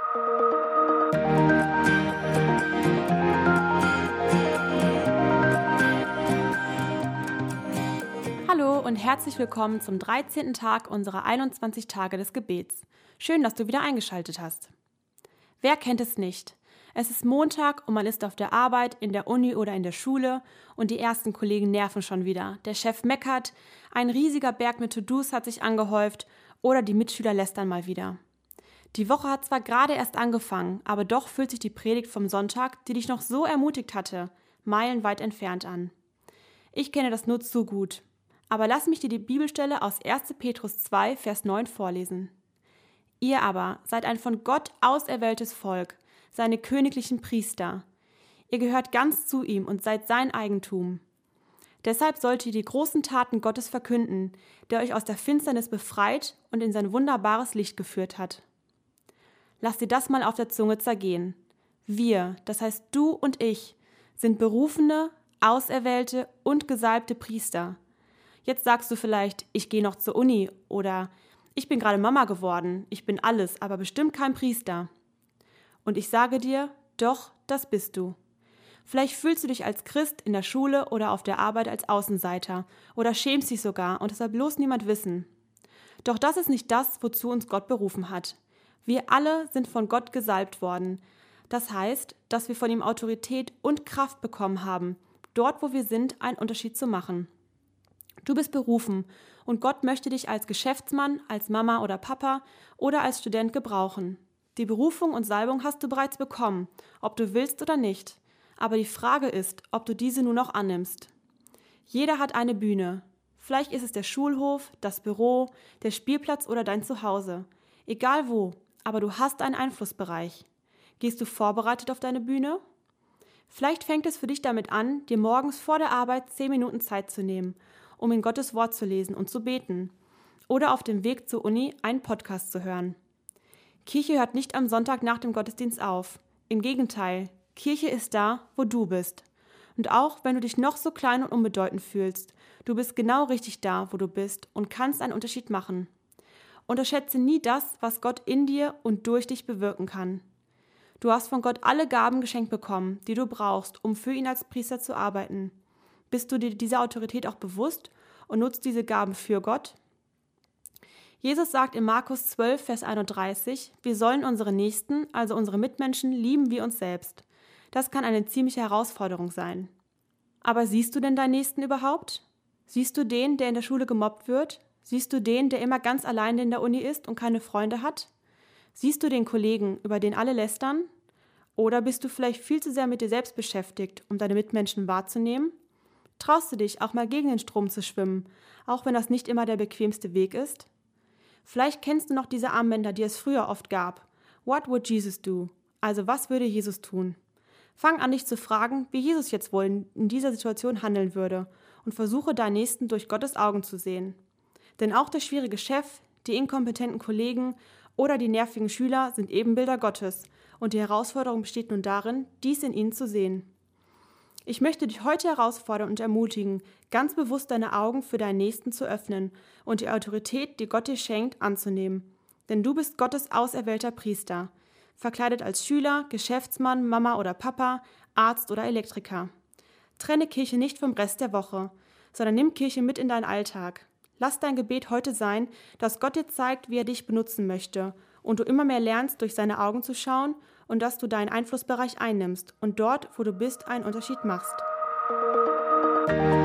Hallo und herzlich willkommen zum 13. Tag unserer 21 Tage des Gebets. Schön, dass du wieder eingeschaltet hast. Wer kennt es nicht? Es ist Montag und man ist auf der Arbeit, in der Uni oder in der Schule und die ersten Kollegen nerven schon wieder. Der Chef meckert, ein riesiger Berg mit To-Dos hat sich angehäuft oder die Mitschüler lästern mal wieder. Die Woche hat zwar gerade erst angefangen, aber doch fühlt sich die Predigt vom Sonntag, die dich noch so ermutigt hatte, meilenweit entfernt an. Ich kenne das nur zu gut. Aber lass mich dir die Bibelstelle aus 1. Petrus 2, Vers 9 vorlesen. Ihr aber seid ein von Gott auserwähltes Volk, seine königlichen Priester. Ihr gehört ganz zu ihm und seid sein Eigentum. Deshalb sollt ihr die großen Taten Gottes verkünden, der euch aus der Finsternis befreit und in sein wunderbares Licht geführt hat. Lass dir das mal auf der Zunge zergehen. Wir, das heißt du und ich, sind berufene, auserwählte und gesalbte Priester. Jetzt sagst du vielleicht, ich gehe noch zur Uni oder ich bin gerade Mama geworden, ich bin alles, aber bestimmt kein Priester. Und ich sage dir, doch, das bist du. Vielleicht fühlst du dich als Christ in der Schule oder auf der Arbeit als Außenseiter oder schämst dich sogar und es soll bloß niemand wissen. Doch das ist nicht das, wozu uns Gott berufen hat. Wir alle sind von Gott gesalbt worden. Das heißt, dass wir von ihm Autorität und Kraft bekommen haben, dort, wo wir sind, einen Unterschied zu machen. Du bist berufen und Gott möchte dich als Geschäftsmann, als Mama oder Papa oder als Student gebrauchen. Die Berufung und Salbung hast du bereits bekommen, ob du willst oder nicht. Aber die Frage ist, ob du diese nun noch annimmst. Jeder hat eine Bühne. Vielleicht ist es der Schulhof, das Büro, der Spielplatz oder dein Zuhause. Egal wo, aber du hast einen Einflussbereich. Gehst du vorbereitet auf deine Bühne? Vielleicht fängt es für dich damit an, dir morgens vor der Arbeit 10 Minuten Zeit zu nehmen, um in Gottes Wort zu lesen und zu beten. Oder auf dem Weg zur Uni einen Podcast zu hören. Kirche hört nicht am Sonntag nach dem Gottesdienst auf. Im Gegenteil, Kirche ist da, wo du bist. Und auch wenn du dich noch so klein und unbedeutend fühlst, du bist genau richtig da, wo du bist und kannst einen Unterschied machen. Unterschätze nie das, was Gott in dir und durch dich bewirken kann. Du hast von Gott alle Gaben geschenkt bekommen, die du brauchst, um für ihn als Priester zu arbeiten. Bist du dir dieser Autorität auch bewusst und nutzt diese Gaben für Gott? Jesus sagt in Markus 12, Vers 31, wir sollen unsere Nächsten, also unsere Mitmenschen, lieben wie uns selbst. Das kann eine ziemliche Herausforderung sein. Aber siehst du denn deinen Nächsten überhaupt? Siehst du den, der in der Schule gemobbt wird? Siehst du den, der immer ganz alleine in der Uni ist und keine Freunde hat? Siehst du den Kollegen, über den alle lästern? Oder bist du vielleicht viel zu sehr mit dir selbst beschäftigt, um deine Mitmenschen wahrzunehmen? Traust du dich, auch mal gegen den Strom zu schwimmen, auch wenn das nicht immer der bequemste Weg ist? Vielleicht kennst du noch diese Armbänder, die es früher oft gab. What would Jesus do? Also was würde Jesus tun? Fang an, dich zu fragen, wie Jesus jetzt wohl in dieser Situation handeln würde und versuche deinen Nächsten durch Gottes Augen zu sehen. Denn auch der schwierige Chef, die inkompetenten Kollegen oder die nervigen Schüler sind Ebenbilder Gottes und die Herausforderung besteht nun darin, dies in ihnen zu sehen. Ich möchte dich heute herausfordern und ermutigen, ganz bewusst deine Augen für deinen Nächsten zu öffnen und die Autorität, die Gott dir schenkt, anzunehmen. Denn du bist Gottes auserwählter Priester, verkleidet als Schüler, Geschäftsmann, Mama oder Papa, Arzt oder Elektriker. Trenne Kirche nicht vom Rest der Woche, sondern nimm Kirche mit in deinen Alltag. Lass dein Gebet heute sein, dass Gott dir zeigt, wie er dich benutzen möchte und du immer mehr lernst, durch seine Augen zu schauen und dass du deinen Einflussbereich einnimmst und dort, wo du bist, einen Unterschied machst.